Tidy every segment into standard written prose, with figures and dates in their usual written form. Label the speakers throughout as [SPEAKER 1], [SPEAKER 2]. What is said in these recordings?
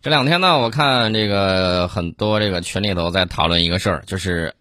[SPEAKER 1] 这两天呢，我看这个很多这个群里头在讨论一个事儿，就是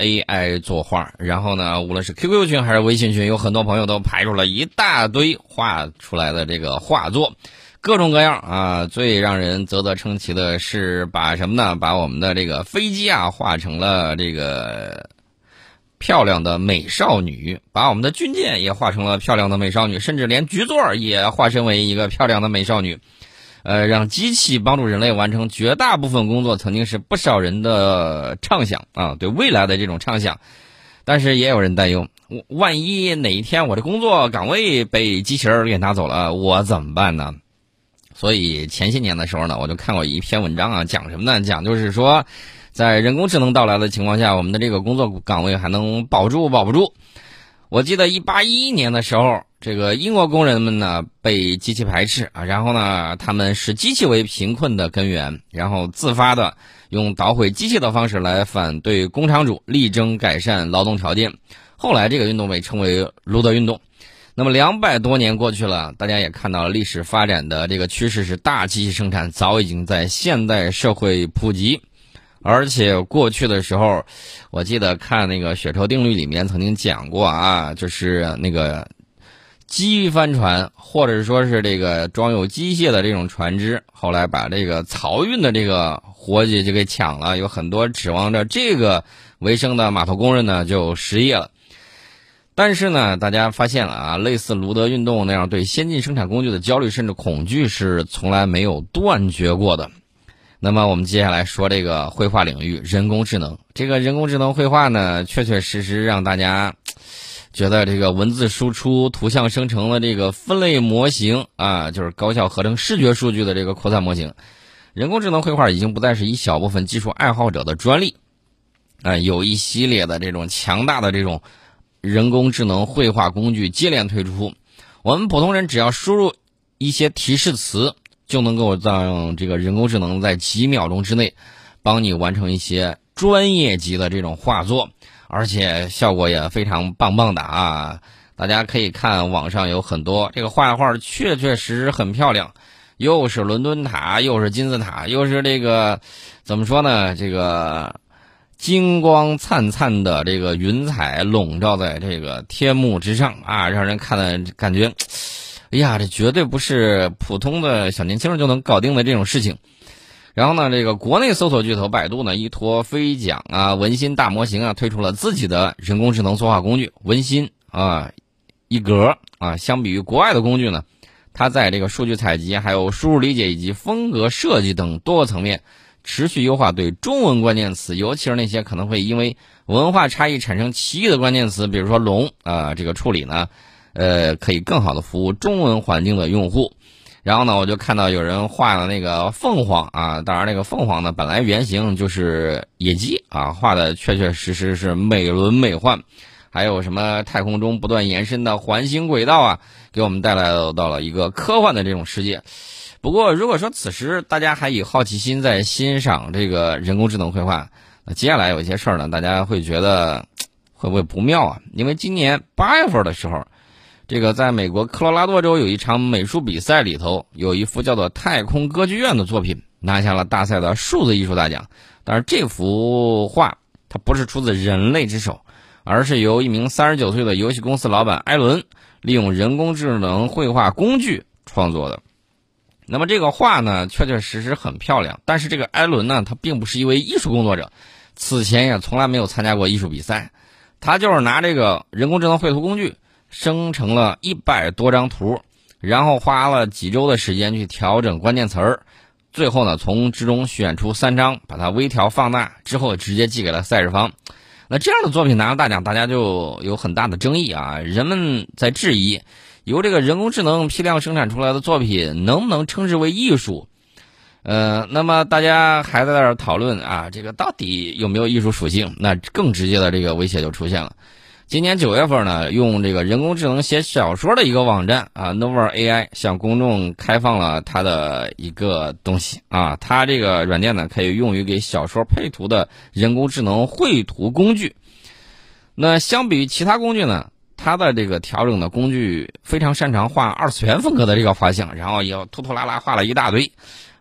[SPEAKER 1] AI 作画。然后呢，无论是 QQ 群还是微信群，有很多朋友都排出了一大堆画出来的这个画作，各种各样啊。最让人啧啧称奇的是把什么呢？把我们的这个飞机啊画成了这个漂亮的美少女，把我们的军舰也画成了漂亮的美少女，甚至连局座也化身为一个漂亮的美少女。让机器帮助人类完成绝大部分工作，曾经是不少人的畅想啊，对未来的这种畅想。但是也有人担忧，万一哪一天我的工作岗位被机器人给拿走了，我怎么办呢？所以前些年的时候呢，我就看过一篇文章啊，讲什么呢？讲就是说，在人工智能到来的情况下，我们的这个工作岗位还能保不住。我记得1811年的时候，这个英国工人们呢被机器排斥啊，然后呢他们视机器为贫困的根源，然后自发的用捣毁机器的方式来反对工厂主，力争改善劳动条件。后来这个运动被称为卢德运动。那么200多年过去了，大家也看到了历史发展的这个趋势是大机器生产早已经在现代社会普及。而且过去的时候，我记得看那个雪球定律里面曾经讲过啊，就是那个机帆船或者说是这个装有机械的这种船只，后来把这个漕运的这个活计就给抢了，有很多指望着这个为生的码头工人呢就失业了。但是呢，大家发现了啊，类似卢德运动那样对先进生产工具的焦虑甚至恐惧是从来没有断绝过的。那么我们接下来说这个绘画领域，人工智能。这个人工智能绘画呢，确确实实让大家觉得这个文字输出、图像生成的这个分类模型啊，就是高效合成视觉数据的这个扩散模型。人工智能绘画已经不再是一小部分技术爱好者的专利，有一系列的这种强大的这种人工智能绘画工具接连推出。我们普通人只要输入一些提示词，就能够让这个人工智能在几秒钟之内帮你完成一些专业级的这种画作，而且效果也非常棒的啊！大家可以看网上有很多这个画确确实实很漂亮，又是伦敦塔，又是金字塔，又是这个怎么说呢？这个金光灿灿的这个云彩笼罩在这个天幕之上啊，让人看的感觉哎呀，这绝对不是普通的小年轻就能搞定的这种事情。然后呢，这个国内搜索巨头百度呢，依托飞桨啊、文心大模型啊，推出了自己的人工智能作画工具文心啊，一格啊。相比于国外的工具呢，它在这个数据采集、还有输入理解以及风格设计等多个层面，持续优化对中文关键词，尤其是那些可能会因为文化差异产生歧义的关键词，比如说龙啊，这个处理呢。可以更好的服务中文环境的用户。然后呢，我就看到有人画了那个凤凰啊，当然那个凤凰呢，本来原型就是野鸡啊，画的确确实实是美轮美奂。还有什么太空中不断延伸的环形轨道啊，给我们带来到了一个科幻的这种世界。不过，如果说此时大家还以好奇心在欣赏这个人工智能绘画，那接下来有一些事儿呢，大家会觉得会不会不妙啊？因为今年8月份的时候，这个在美国科罗拉多州有一场美术比赛里头，有一幅叫做《太空歌剧院》的作品拿下了大赛的数字艺术大奖。但是这幅画它不是出自人类之手，而是由一名39岁的游戏公司老板艾伦利用人工智能绘画工具创作的。那么这个画呢，确确实实很漂亮，但是这个艾伦呢，他并不是一位艺术工作者，此前也从来没有参加过艺术比赛，他就是拿这个人工智能绘图工具生成了100多张图，然后花了几周的时间去调整关键词儿，最后呢从之中选出3张，把它微调放大之后直接寄给了赛事方。那这样的作品拿了大奖，大家就有很大的争议啊，人们在质疑由这个人工智能批量生产出来的作品能不能称之为艺术。那么大家还在那儿讨论啊，这个到底有没有艺术属性？那更直接的这个威胁就出现了。今年9月份呢，用这个人工智能写小说的一个网站啊 Nova AI 向公众开放了它的一个东西啊，它这个软件呢可以用于给小说配图的人工智能绘图工具。那相比于其他工具呢，它的这个调整的工具非常擅长画二次元风格的这个画像，然后也拖拖拉拉画了一大堆，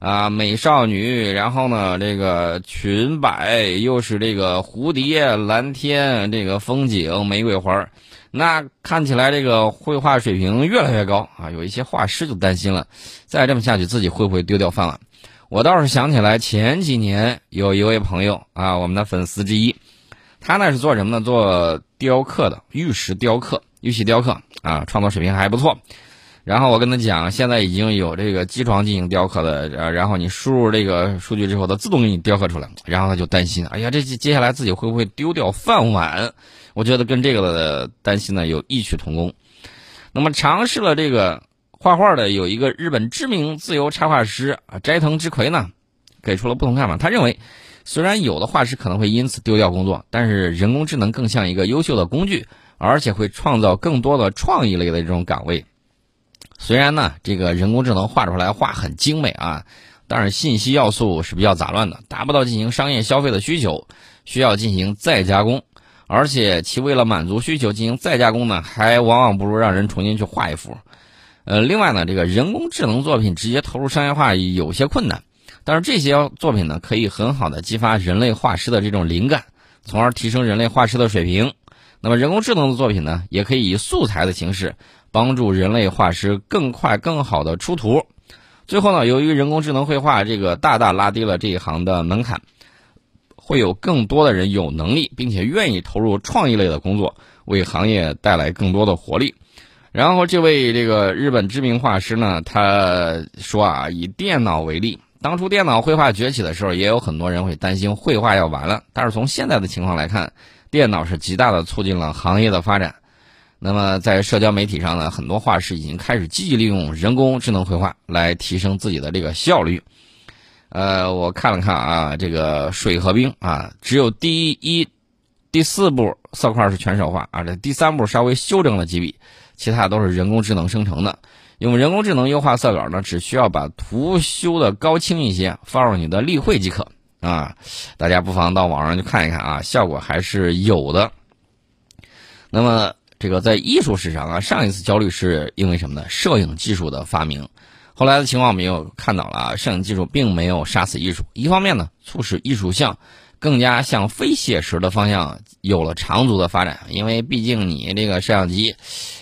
[SPEAKER 1] 美少女，然后呢这个裙摆，又是这个蝴蝶、蓝天，这个风景、玫瑰花，那看起来这个绘画水平越来越高啊，有一些画师就担心了，再这么下去自己会不会丢掉饭碗。我倒是想起来前几年有一位朋友啊，我们的粉丝之一，他呢是做什么呢？做雕刻的，玉石雕刻啊，创作水平还不错。然后我跟他讲，现在已经有这个机床进行雕刻的，然后你输入这个数据之后，它自动给你雕刻出来。然后他就担心，哎呀，这接下来自己会不会丢掉饭碗？我觉得跟这个的担心呢有异曲同工。那么尝试了这个画画的有一个日本知名自由插画师斋藤之葵呢，给出了不同看法。他认为，虽然有的画师可能会因此丢掉工作，但是人工智能更像一个优秀的工具，而且会创造更多的创意类的这种岗位。虽然呢，这个人工智能画出来画很精美啊，但是信息要素是比较杂乱的，达不到进行商业消费的需求，需要进行再加工。而且其为了满足需求进行再加工呢，还往往不如让人重新去画一幅。另外呢，这个人工智能作品直接投入商业化有些困难，但是这些作品呢，可以很好的激发人类画师的这种灵感，从而提升人类画师的水平。那么人工智能的作品呢，也可以以素材的形式帮助人类画师更快更好的出图。最后呢，由于人工智能绘画这个大大拉低了这一行的门槛，会有更多的人有能力并且愿意投入创意类的工作，为行业带来更多的活力。然后这位这个日本知名画师呢，他说以电脑为例，当初电脑绘画崛起的时候，也有很多人会担心绘画要完了，但是从现在的情况来看，电脑是极大的促进了行业的发展。那么在社交媒体上呢，很多画师已经开始积极利用人工智能绘画来提升自己的这个效率。我看了看这个水和冰只有第四步色块是全手画这第三步稍微修正了几笔，其他都是人工智能生成的。用人工智能优化色稿呢，只需要把图修的高清一些，放入你的例会即可大家不妨到网上去看一看效果还是有的。那么这个在艺术史上上一次焦虑是因为什么呢？摄影技术的发明。后来的情况我们又看到了摄影技术并没有杀死艺术，一方面呢，促使艺术向更加向非写实的方向有了长足的发展，因为毕竟你这个照相机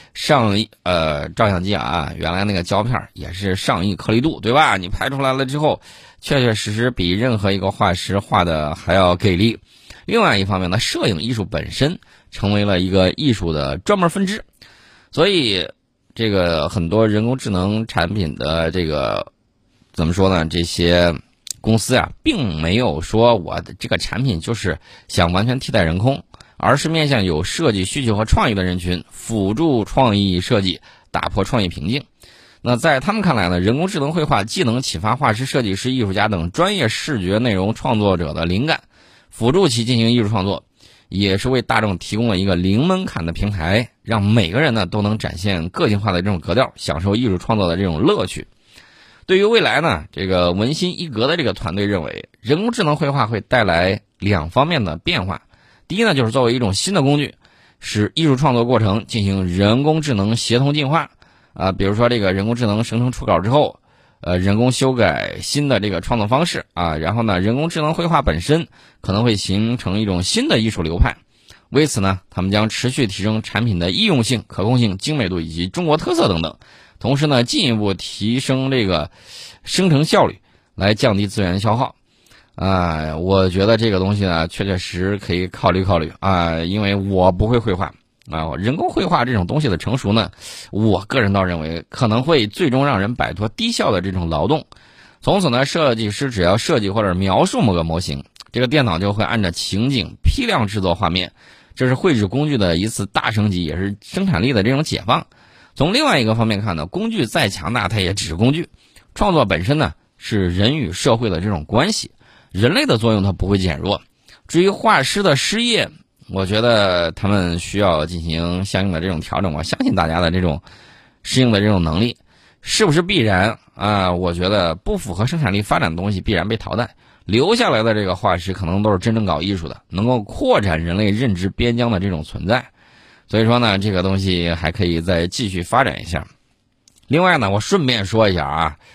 [SPEAKER 1] 原来那个胶片也是上亿颗粒度，对吧？你拍出来了之后，确确实实比任何一个画师画的还要给力。另外一方面呢，摄影艺术本身成为了一个艺术的专门分支，所以这个很多人工智能产品的这个怎么说呢？这些公司并没有说我的这个产品就是想完全替代人工，而是面向有设计需求和创意的人群，辅助创意设计，打破创意瓶颈。那在他们看来呢，人工智能绘画既能启发画师、设计师、艺术家等专业视觉内容创作者的灵感，辅助其进行艺术创作，也是为大众提供了一个零门槛的平台，让每个人呢都能展现个性化的这种格调，享受艺术创作的这种乐趣。对于未来呢，这个文心一格的这个团队认为，人工智能绘画会带来两方面的变化。第一呢，就是作为一种新的工具，使艺术创作过程进行人工智能协同进化比如说这个人工智能生成初稿之后，人工修改新的这个创作方式然后呢，人工智能绘画本身可能会形成一种新的艺术流派。为此呢，他们将持续提升产品的易用性、可控性、精美度以及中国特色等等，同时呢，进一步提升这个生成效率，来降低资源消耗。我觉得这个东西呢，确确实可以考虑考虑因为我不会绘画人工绘画这种东西的成熟呢，我个人倒认为可能会最终让人摆脱低效的这种劳动。从此呢，设计师只要设计或者描述某个模型，这个电脑就会按照情景批量制作画面，这是绘制工具的一次大升级，也是生产力的这种解放。从另外一个方面看呢，工具再强大，它也只是工具。创作本身呢，是人与社会的这种关系，人类的作用它不会减弱。至于画师的失业，我觉得他们需要进行相应的这种调整。我相信大家的这种适应的这种能力，是不是必然我觉得不符合生产力发展的东西必然被淘汰，留下来的这个画师可能都是真正搞艺术的，能够扩展人类认知边疆的这种存在。所以说呢，这个东西还可以再继续发展一下。另外呢，我顺便说一下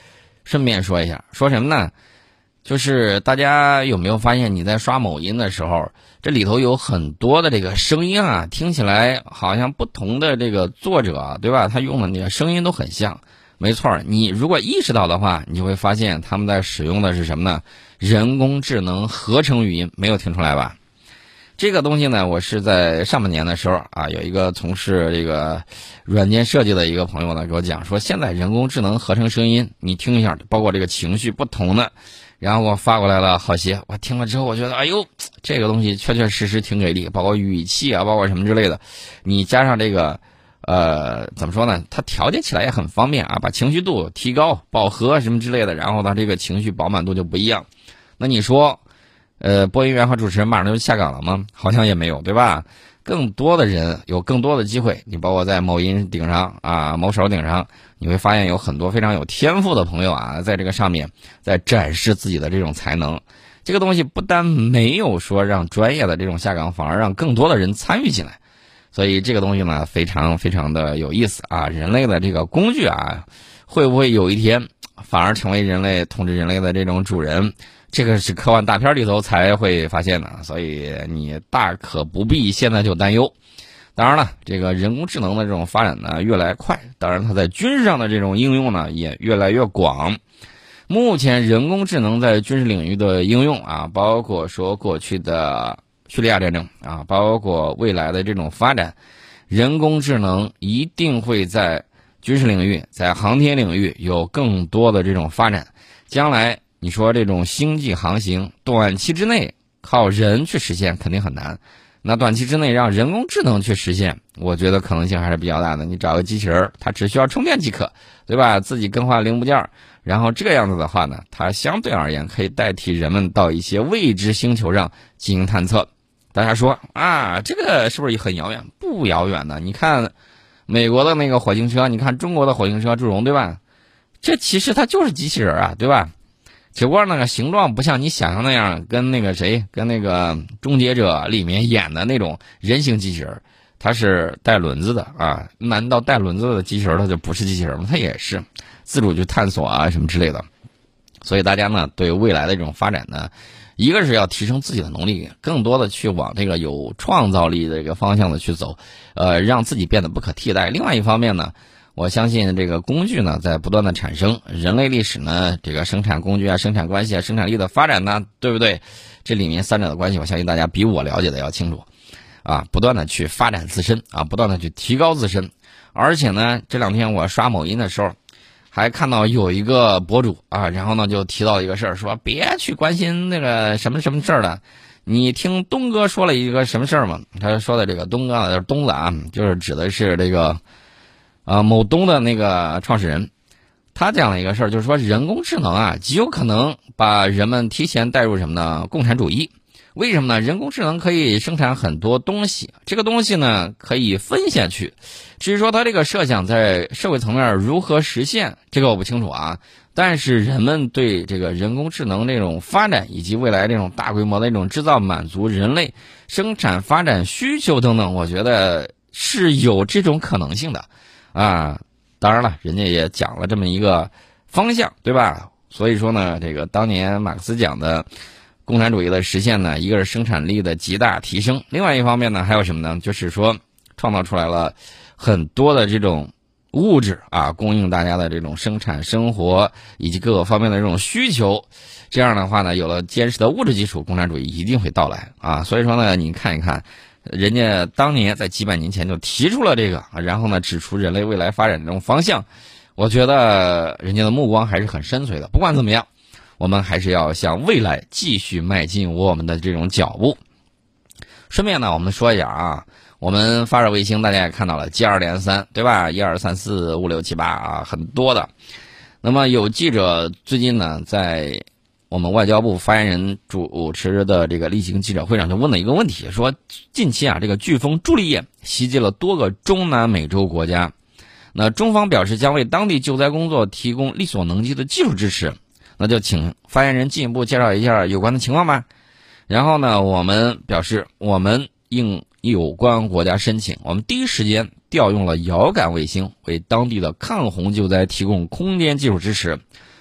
[SPEAKER 1] 顺便说一下，说什么呢？就是大家有没有发现，你在刷某音的时候，这里头有很多的这个声音啊，听起来好像不同的这个作者，对吧？他用的那个声音都很像。没错，你如果意识到的话，你就会发现他们在使用的是什么呢？人工智能合成语音，没有听出来吧？这个东西呢，我是在上半年的时候啊，有一个从事这个软件设计的一个朋友呢，给我讲说，现在人工智能合成声音，你听一下，包括这个情绪不同的，然后我发过来了好些，我听了之后，我觉得，哎呦，这个东西确确实实挺给力，包括语气啊，包括什么之类的，你加上这个，怎么说呢？它调节起来也很方便啊，把情绪度提高、饱和什么之类的，然后它这个情绪饱满度就不一样。那你说？播音员和主持人马上就下岗了吗？好像也没有，对吧？更多的人有更多的机会，你包括在某音顶上啊、某手顶上，你会发现有很多非常有天赋的朋友啊，在这个上面在展示自己的这种才能。这个东西不单没有说让专业的这种下岗，反而让更多的人参与进来。所以这个东西呢，非常非常的有意思啊！人类的这个工具啊，会不会有一天反而成为人类统治人类的这种主人？这个是科幻大片里头才会发现的，所以你大可不必现在就担忧。当然了，这个人工智能的这种发展呢越来越快，当然它在军事上的这种应用呢也越来越广。目前人工智能在军事领域的应用啊，包括说过去的叙利亚战争啊，包括未来的这种发展，人工智能一定会在军事领域、在航天领域有更多的这种发展。将来你说这种星际航行，短期之内靠人去实现肯定很难，那短期之内让人工智能去实现，我觉得可能性还是比较大的。你找个机器人，它只需要充电即可，对吧？自己更换零部件，然后这个样子的话呢，它相对而言可以代替人们到一些未知星球上进行探测。大家说啊，这个是不是很遥远？不遥远的。你看美国的那个火星车，你看中国的火星车祝融，对吧？这其实它就是机器人啊，对吧？只不过那个形状不像你想象那样，跟那个终结者里面演的那种人形机器人，它是带轮子的啊。难道带轮子的机器人它就不是机器人吗？它也是自主去探索啊什么之类的。所以大家呢对未来的这种发展呢，一个是要提升自己的能力，更多的去往这个有创造力的这个方向的去走，让自己变得不可替代。另外一方面呢，我相信这个工具呢在不断的产生，人类历史呢这个生产工具啊、生产关系啊、生产力的发展呢，对不对？这里面三者的关系，我相信大家比我了解的要清楚啊，不断的去发展自身啊，不断的去提高自身。而且呢，这两天我刷某音的时候，还看到有一个博主啊，然后呢就提到一个事儿，说别去关心那个什么什么事儿了。你听东哥说了一个什么事儿吗？他说的这个东哥啊，东子啊，就是指的是这个某东的那个创始人。他讲了一个事儿，就是说人工智能啊，极有可能把人们提前带入什么呢？共产主义。为什么呢？人工智能可以生产很多东西，这个东西呢可以分下去。至于说它这个设想在社会层面如何实现，这个我不清楚啊。但是人们对这个人工智能这种发展，以及未来这种大规模的这种制造，满足人类生产发展需求等等，我觉得是有这种可能性的啊。当然了，人家也讲了这么一个方向，对吧？所以说呢，这个当年马克思讲的共产主义的实现呢，一个是生产力的极大提升，另外一方面呢，还有什么呢？就是说创造出来了很多的这种物质啊，供应大家的这种生产生活以及各个方面的这种需求。这样的话呢，有了坚实的物质基础，共产主义一定会到来啊。所以说呢，你看一看，人家当年在几百年前就提出了这个，然后呢指出人类未来发展的这种方向，我觉得人家的目光还是很深邃的。不管怎么样，我们还是要向未来继续迈进我们的这种脚步。顺便呢，我们说一下啊，我们发射卫星大家也看到了，接二连三，对吧？1、2、3、4、5、6、7、8啊，很多的。那么有记者最近呢，在我们外交部发言人主持的这个例行记者会上就问了一个问题，说近期啊，这个飓风朱丽叶袭击了多个中南美洲国家，那中方表示将为当地救灾工作提供力所能及的技术支持。那就请发言人进一步介绍一下有关的情况吧。然后呢，我们表示，我们应有关国家申请，我们第一时间调用了遥感卫星，为当地的抗洪救灾提供空间技术支持。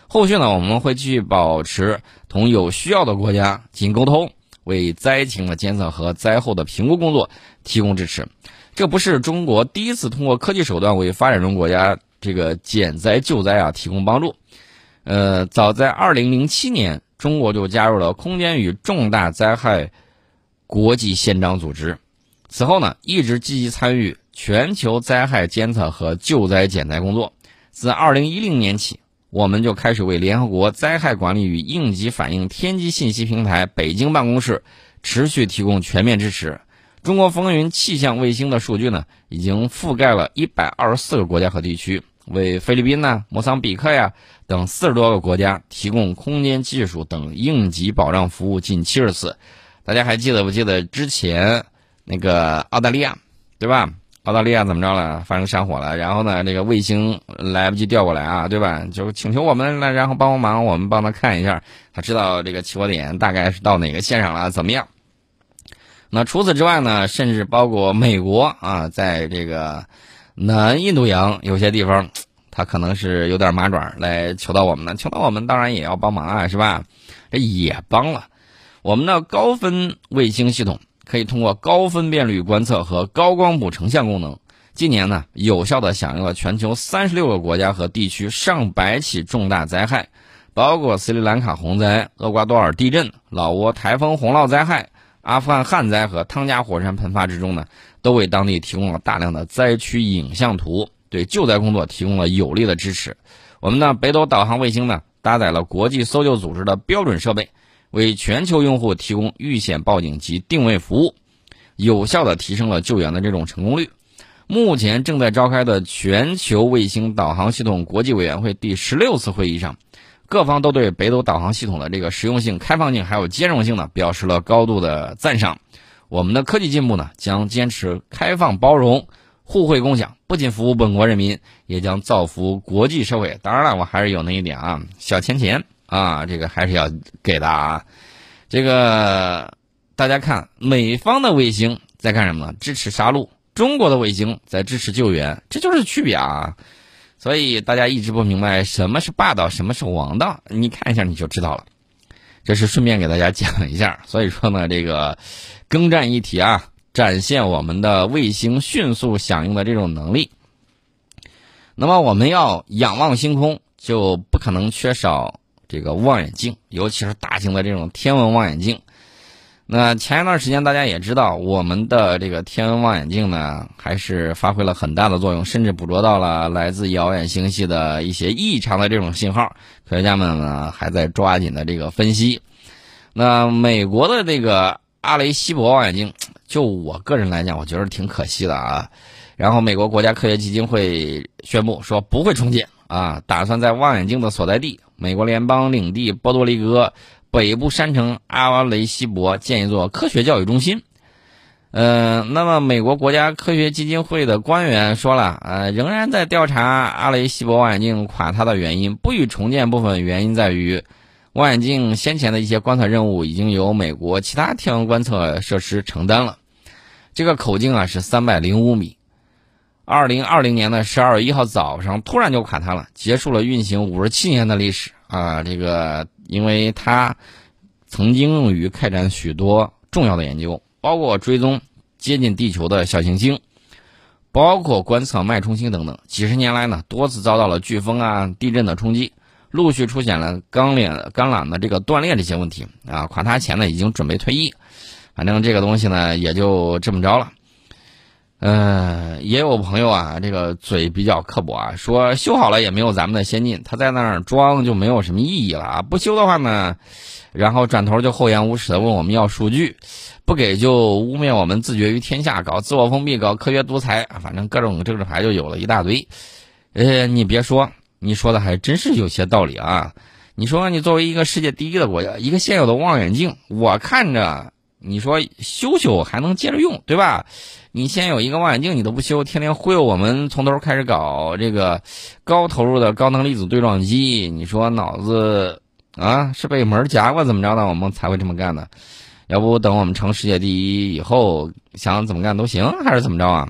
[SPEAKER 1] 后续呢，我们会继续保持同有需要的国家进行沟通，为灾情的监测和灾后的评估工作提供支持。这不是中国第一次通过科技手段为发展中国家这个减灾救灾提供帮助。早在2007年，中国就加入了空间与重大灾害国际宪章组织。此后呢，一直积极参与全球灾害监测和救灾减灾工作。自2010年起，我们就开始为联合国灾害管理与应急反应天基信息平台北京办公室持续提供全面支持。中国风云气象卫星的数据呢，已经覆盖了124个国家和地区，为菲律宾莫桑比克等40多个国家提供空间技术等应急保障服务近70次。大家还记得不记得之前那个澳大利亚，对吧？澳大利亚怎么着了？发生山火了，然后呢，这个卫星来不及调过来对吧？就请求我们来，然后帮忙，我们帮他看一下，他知道这个起火点大概是到哪个线上了，怎么样？那除此之外呢，甚至包括美国在这个南印度洋有些地方，他可能是有点麻爪来求到我们呢，求到我们当然也要帮忙是吧？这也帮了。我们的高分卫星系统可以通过高分辨率观测和高光谱成像功能，今年呢有效地响应了全球36个国家和地区上百起重大灾害，包括斯里兰卡洪灾、厄瓜多尔地震、老挝台风洪涝灾害、阿富汗旱灾和汤加火山喷发之中呢，都为当地提供了大量的灾区影像图，对救灾工作提供了有力的支持。我们的北斗导航卫星呢，搭载了国际搜救组织的标准设备，为全球用户提供预险报警及定位服务，有效地提升了救援的这种成功率。目前正在召开的全球卫星导航系统国际委员会第16次会议上，各方都对北斗导航系统的这个实用性、开放性还有兼容性呢表示了高度的赞赏。我们的科技进步呢，将坚持开放包容、互惠共享，不仅服务本国人民，也将造福国际社会。当然了，我还是有那一点小钱这个还是要给的这个大家看，美方的卫星在干什么呢？支持杀戮，中国的卫星在支持救援，这就是区别所以大家一直不明白什么是霸道，什么是王道，你看一下你就知道了。这是顺便给大家讲一下。所以说呢，这个更占一提展现我们的卫星迅速响应的这种能力。那么我们要仰望星空，就不可能缺少这个望远镜，尤其是大型的这种天文望远镜。那前一段时间大家也知道，我们的这个天文望远镜呢，还是发挥了很大的作用，甚至捕捉到了来自遥远星系的一些异常的这种信号。科学家们呢还在抓紧的这个分析。那美国的这个阿雷西博望远镜，就我个人来讲，我觉得挺可惜的然后美国国家科学基金会宣布说不会重建打算在望远镜的所在地美国联邦领地波多黎各北部山城阿雷西博建一座科学教育中心。那么美国国家科学基金会的官员说了仍然在调查阿雷西博望远镜垮塌的原因，不予重建部分原因在于望远镜先前的一些观测任务已经由美国其他天文观测设施承担了。这个口径是305米。2020年的12月1号早上突然就垮塌了，结束了运行57年的历史这个因为它曾经用于开展许多重要的研究，包括追踪接近地球的小行星，包括观测脉冲星等等。几十年来呢，多次遭到了飓风地震的冲击，陆续出现了钢缆的这个断裂这些问题垮塌前呢已经准备退役。反正这个东西呢也就这么着了。也有朋友这个嘴比较刻薄说修好了也没有咱们的先进，他在那儿装就没有什么意义了不修的话呢，然后转头就厚颜无耻的问我们要数据，不给就污蔑我们自绝于天下，搞自我封闭，搞科学独裁反正各种政治牌就有了一大堆。你别说，你说的还真是有些道理你说你作为一个世界第一的国家，一个现有的望远镜，我看着你说修还能接着用，对吧？你先有一个望远镜你都不修，天天忽悠我们从头开始搞这个高投入的高能粒子对撞机，你说脑子是被门夹过怎么着的，我们才会这么干的。要不等我们成世界第一以后想怎么干都行，还是怎么着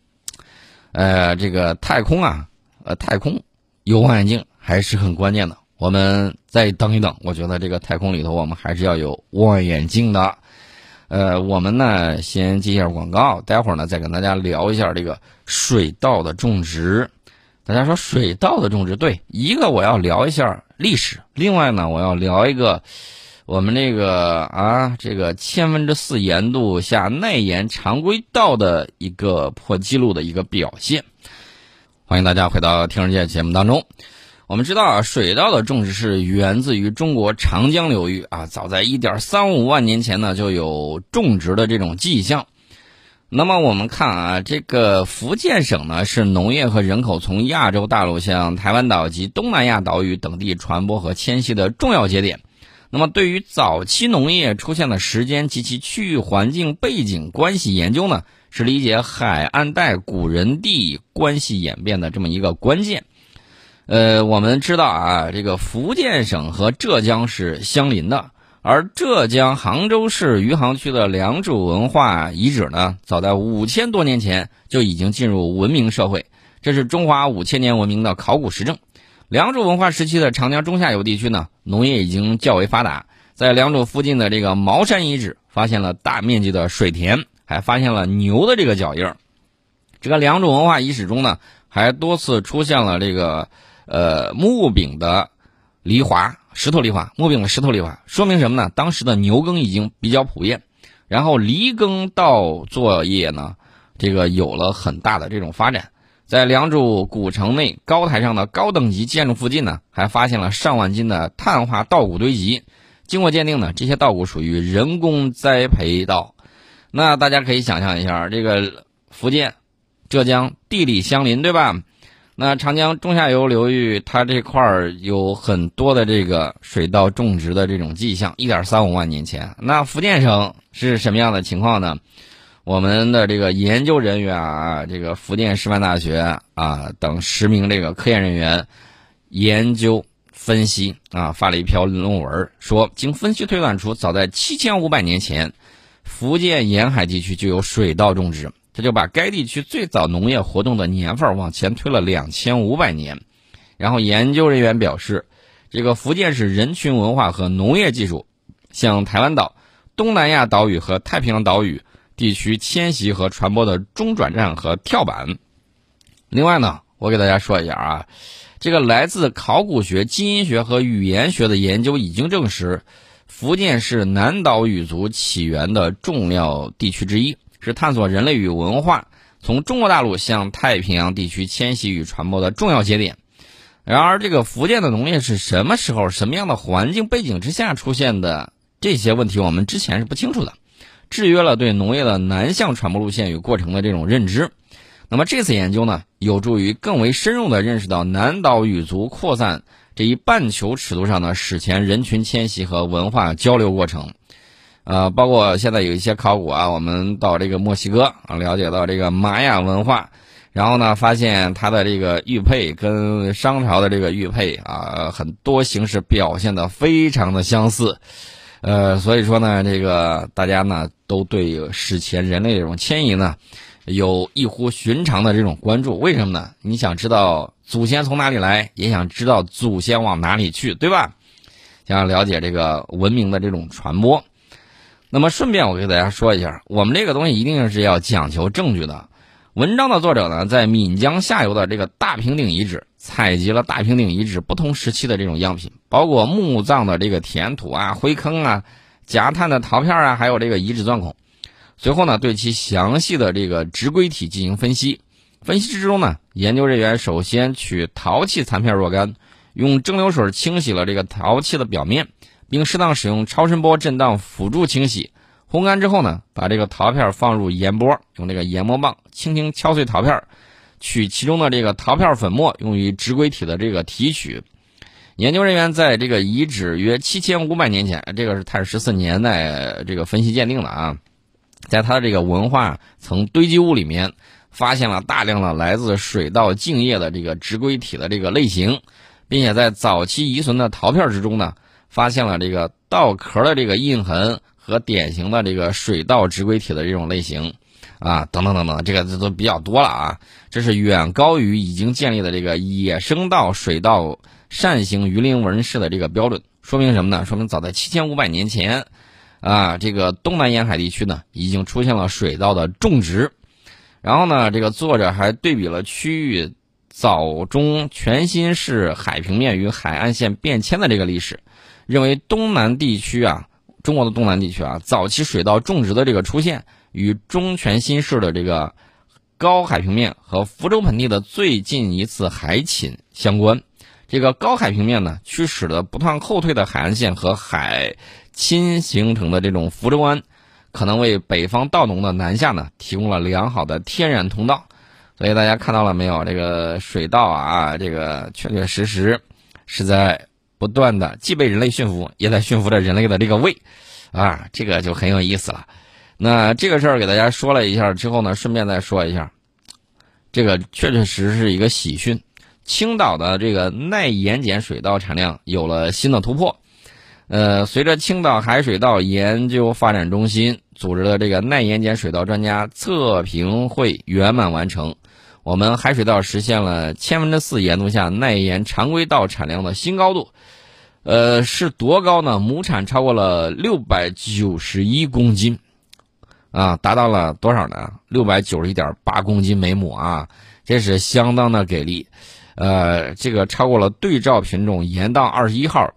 [SPEAKER 1] 这个太空太空有望远镜还是很关键的。 我们再等一等，我觉得这个太空里头我们还是要有望远镜的。我们呢先接一下广告，待会儿呢再跟大家聊一下这个水稻的种植。大家说水稻的种植，对，一个我要聊一下历史，另外呢我要聊一个我们这个4%盐度下耐盐常规稻的一个破纪录的一个表现。欢迎大家回到听世界节目当中。我们知道啊，水稻的种植是源自于中国长江流域啊，早在1.35万年前呢就有种植的这种迹象。那么我们看啊，这个福建省呢是农业和人口从亚洲大陆向台湾岛及东南亚岛屿等地传播和迁徙的重要节点。那么对于早期农业出现的时间及其区域环境背景关系研究呢，是理解海岸带古人地关系演变的这么一个关键。我们知道啊，这个福建省和浙江是相邻的，而浙江杭州市余杭区的良渚文化遗址呢，早在5000多年前就已经进入文明社会，这是中华5000年文明的考古实证。良渚文化时期的长江中下游地区呢，农业已经较为发达，在良渚附近的这个茅山遗址发现了大面积的水田，还发现了牛的这个脚印。这个良渚文化遗址中呢，还多次出现了这个木柄的犁铧，石头犁铧，木柄的石头犁铧，说明什么呢？当时的牛耕已经比较普遍，然后犁耕稻作业呢，这个有了很大的这种发展。在良渚古城内高台上的高等级建筑附近呢，还发现了上万斤的碳化稻谷堆积。经过鉴定呢，这些稻谷属于人工栽培稻。那大家可以想象一下，这个福建、浙江地理相邻，对吧？那长江中下游流域，它这块有很多的这个水稻种植的这种迹象。1.35万年前，那福建省是什么样的情况呢？我们的这个研究人员啊，这个福建师范大学啊等10名这个科研人员研究分析啊，发了一篇论文，说经分析推断出，早在7500年前，福建沿海地区就有水稻种植。这就把该地区最早农业活动的年份往前推了2500年。然后研究人员表示，这个福建是人群文化和农业技术向台湾岛、东南亚岛屿和太平洋岛屿地区迁徙和传播的中转站和跳板。另外呢，我给大家说一下啊，这个来自考古学、基因学和语言学的研究已经证实，福建是南岛语族起源的重要地区之一，是探索人类与文化从中国大陆向太平洋地区迁徙与传播的重要节点。然而这个福建的农业是什么时候、什么样的环境背景之下出现的，这些问题我们之前是不清楚的，制约了对农业的南向传播路线与过程的这种认知。那么这次研究呢，有助于更为深入地认识到南岛语族扩散这一半球尺度上的史前人群迁徙和文化交流过程。包括现在有一些考古啊，我们到这个墨西哥啊，了解到这个玛雅文化，然后呢，发现它的这个玉佩跟商朝的这个玉佩啊，很多形式表现得非常的相似。所以说呢，这个大家呢都对史前人类这种迁移呢有异乎寻常的这种关注。为什么呢？你想知道祖先从哪里来，也想知道祖先往哪里去，对吧？想了解这个文明的这种传播。那么顺便我给大家说一下，我们这个东西一定是要讲求证据的。文章的作者呢，在闽江下游的这个大平顶遗址采集了大平顶遗址不同时期的这种样品，包括墓葬的这个填土啊、灰坑啊、夹碳的陶片啊，还有这个遗址钻孔。随后呢，对其详细的这个植硅体进行分析。分析之中呢，研究人员首先取陶器残片若干，用蒸馏水清洗了这个陶器的表面，并适当使用超声波震荡辅助清洗。烘干之后呢，把这个陶片放入研钵，用这个研磨棒轻轻敲碎陶片，取其中的这个陶片粉末，用于植硅体的这个提取。研究人员在这个遗址约7500年前，这个是碳14年代这个分析鉴定的啊，在它的这个文化层堆积物里面，发现了大量的来自水稻茎叶的这个植硅体的这个类型，并且在早期遗存的陶片之中呢，发现了这个稻壳的这个印痕和典型的这个水稻植硅体的这种类型啊，等等等等，这个都比较多了啊。这是远高于已经建立的这个野生稻水稻扇形鱼鳞纹式的这个标准，说明什么呢？说明早在7500年前，这个东南沿海地区呢已经出现了水稻的种植。然后呢，这个作者还对比了区域早中全新式海平面与海岸线变迁的这个历史，认为东南地区中国的东南地区早期水稻种植的这个出现与中全新式的这个高海平面和福州盆地的最近一次海侵相关。这个高海平面呢，驱使的不断后退的海岸线和海侵形成的这种福州湾，可能为北方稻农的南下呢提供了良好的天然通道。所以大家看到了没有？这个水稻这个确确实实是在不断的既被人类驯服，也在驯服着人类的这个胃这个就很有意思了。那这个事儿给大家说了一下之后呢，顺便再说一下，这个确确实实是一个喜讯。青岛的这个耐盐碱水稻产量有了新的突破。随着青岛海水稻研究发展中心组织的这个耐盐碱水稻专家测评会圆满完成，我们海水稻实现了4/1000盐度下耐盐常规稻产量的新高度。是多高呢？亩产超过了691公斤。达到了多少呢？691.8公斤每亩这是相当的给力。这个超过了对照品种盐稻21号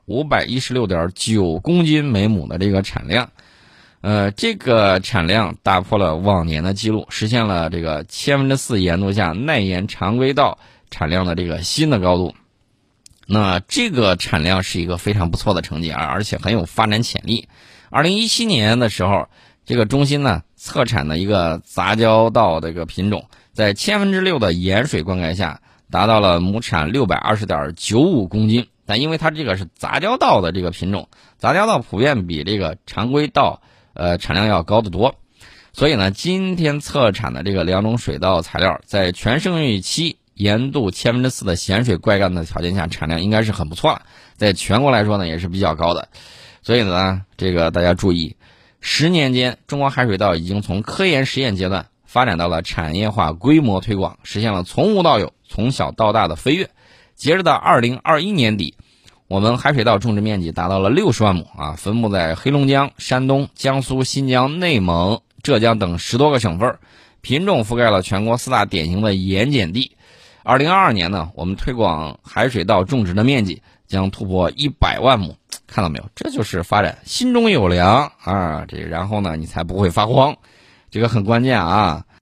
[SPEAKER 1] 516.9公斤每亩的这个产量。这个产量打破了往年的记录，实现了这个4/1000盐度下耐盐常规稻产量的这个新的高度。那这个产量是一个非常不错的成绩而且很有发展潜力。2017年的时候，这个中心呢测产的一个杂交稻这个品种，在6%的盐水灌溉下达到了亩产620.95公斤。但因为它这个是杂交稻的这个品种，杂交稻普遍比这个常规稻产量要高得多，所以呢今天测产的这个两种水稻材料在全生育期盐度4%的咸水灌溉的条件下，产量应该是很不错了，在全国来说呢也是比较高的。所以呢这个大家注意，10年间中国海水稻已经从科研实验阶段发展到了产业化规模推广，实现了从无到有从小到大的飞跃。截止到2021年底，我们海水稻种植面积达到了60万亩分布在黑龙江、山东、江苏、新疆、内蒙、浙江等10多个省份，品种覆盖了全国4大典型的盐碱地。2022年呢，我们推广海水稻种植的面积将突破100万亩。看到没有？这就是发展，心中有粮然后呢你才不会发慌，这个很关键